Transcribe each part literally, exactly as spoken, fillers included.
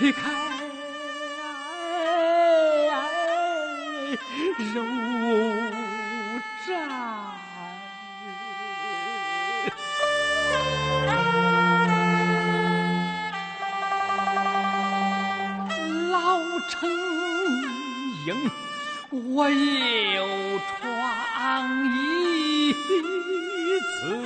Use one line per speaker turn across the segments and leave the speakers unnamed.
推开柔帐，老成营我又闯一次。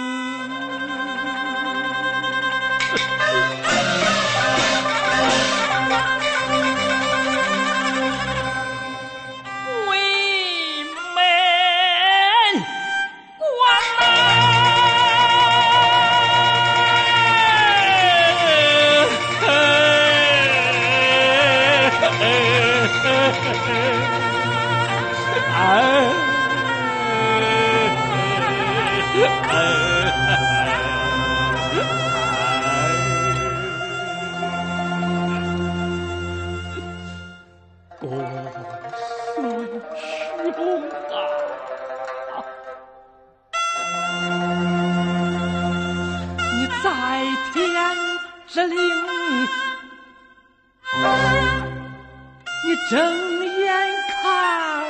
这令你睁眼看，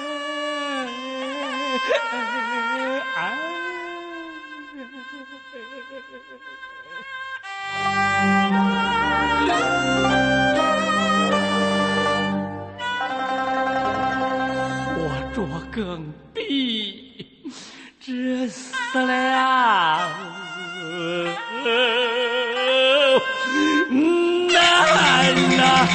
活着更比治死了难呐！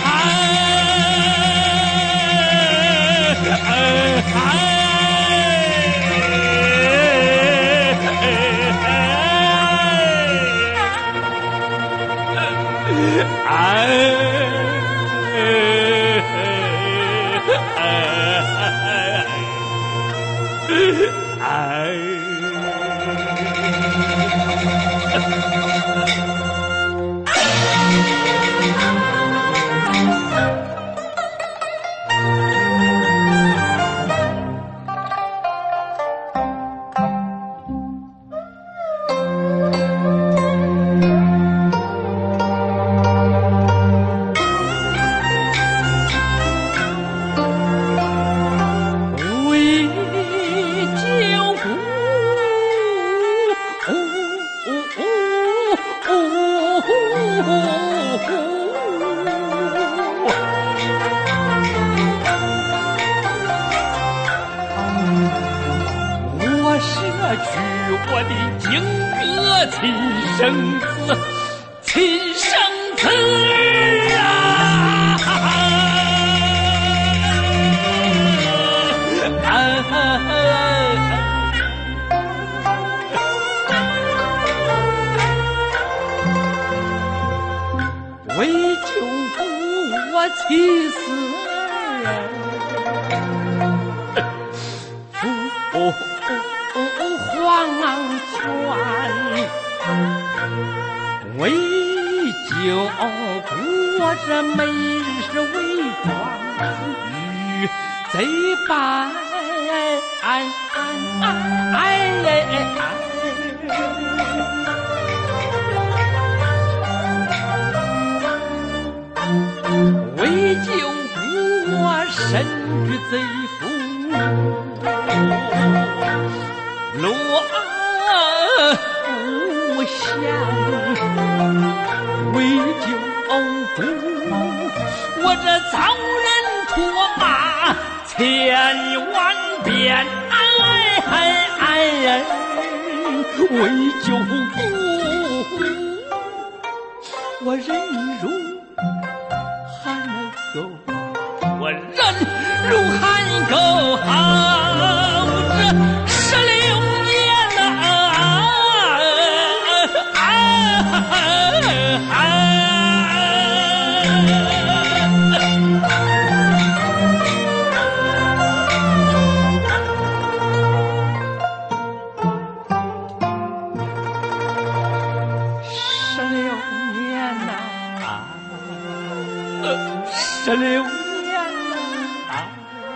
十六年啊，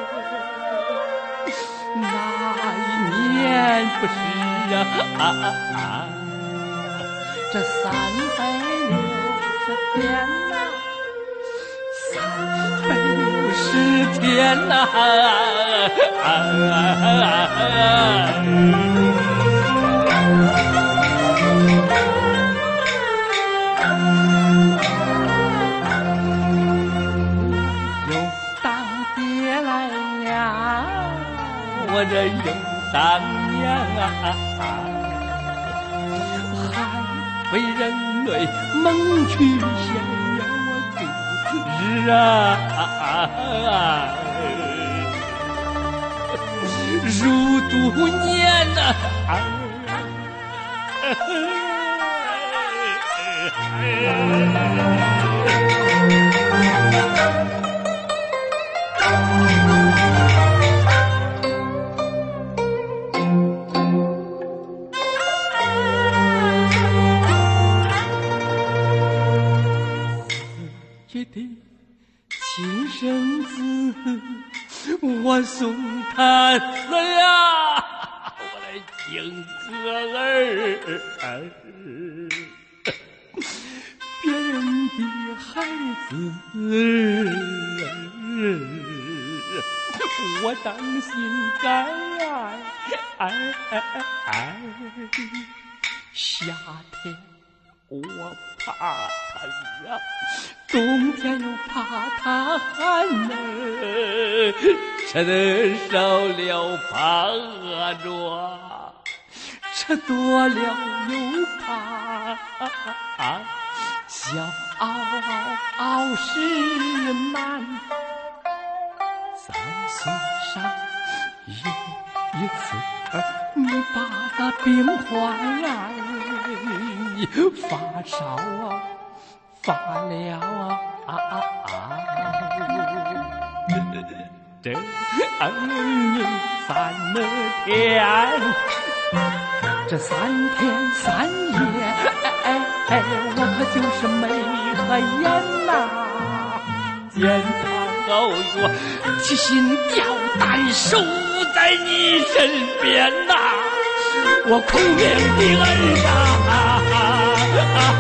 那一年不是啊，这三百六十天呐， 三百六十天呐、啊！又当爹来了，我这又当娘啊！还为人类蒙去逍遥度日啊！如度年呐、啊！的亲生子，我送他死呀！我的亲哥儿，别人的孩子，我当心肝癌。夏天我怕他热，冬天又怕他寒呢，吃的少了怕饿着，吃多了又怕小傲是难。三岁上有一次，你把那病患发烧发了啊啊啊！这三天，这三天三夜，哎哎，我可就是眉和眼呐，见他后我提心吊胆守在你身边呐，我苦命的儿啊！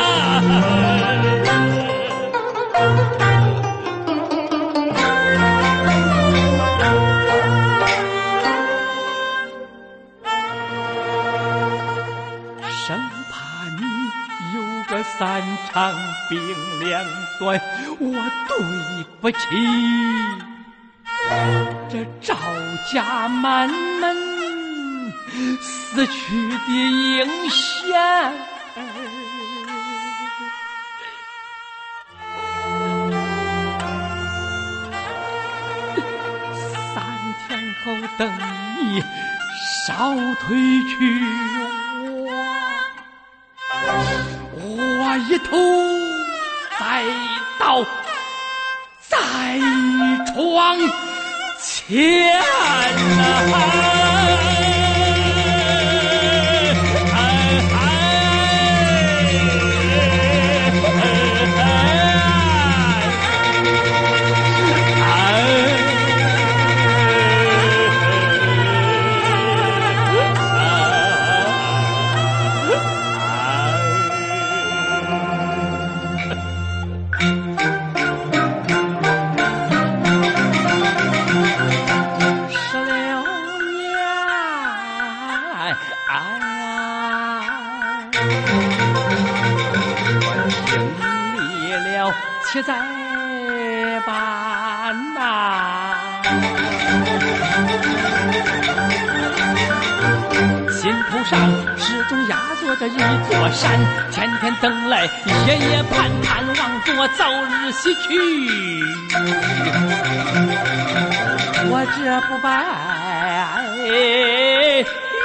生怕你有个三长病两短，我对不起这赵家满门死去的英贤。三天后等你烧退去，我我一头栽到在床前啊！且在办呐、心头上始终压坐着一座山，天天等来，夜夜盼，盼望着早日西去。我这不白冤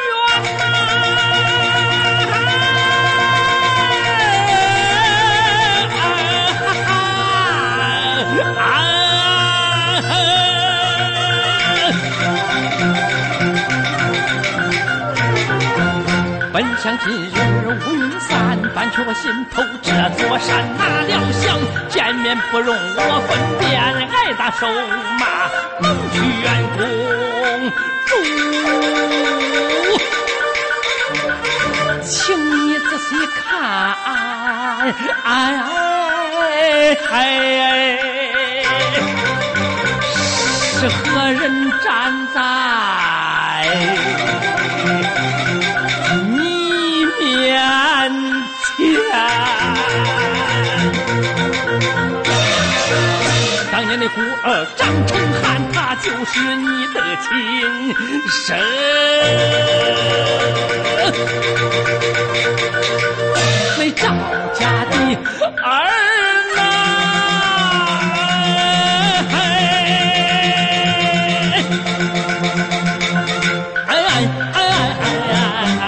本想今日乌云散，搬去我心头这座山。哪料想见面不容我分辨，挨打手骂蒙去远公主。请你仔细看，哎哎哎是何人站在你面前？当年的孤儿张成汉，他就是你的亲生那赵家的儿呐！哎哎哎哎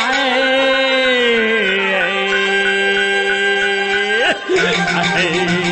哎哎哎！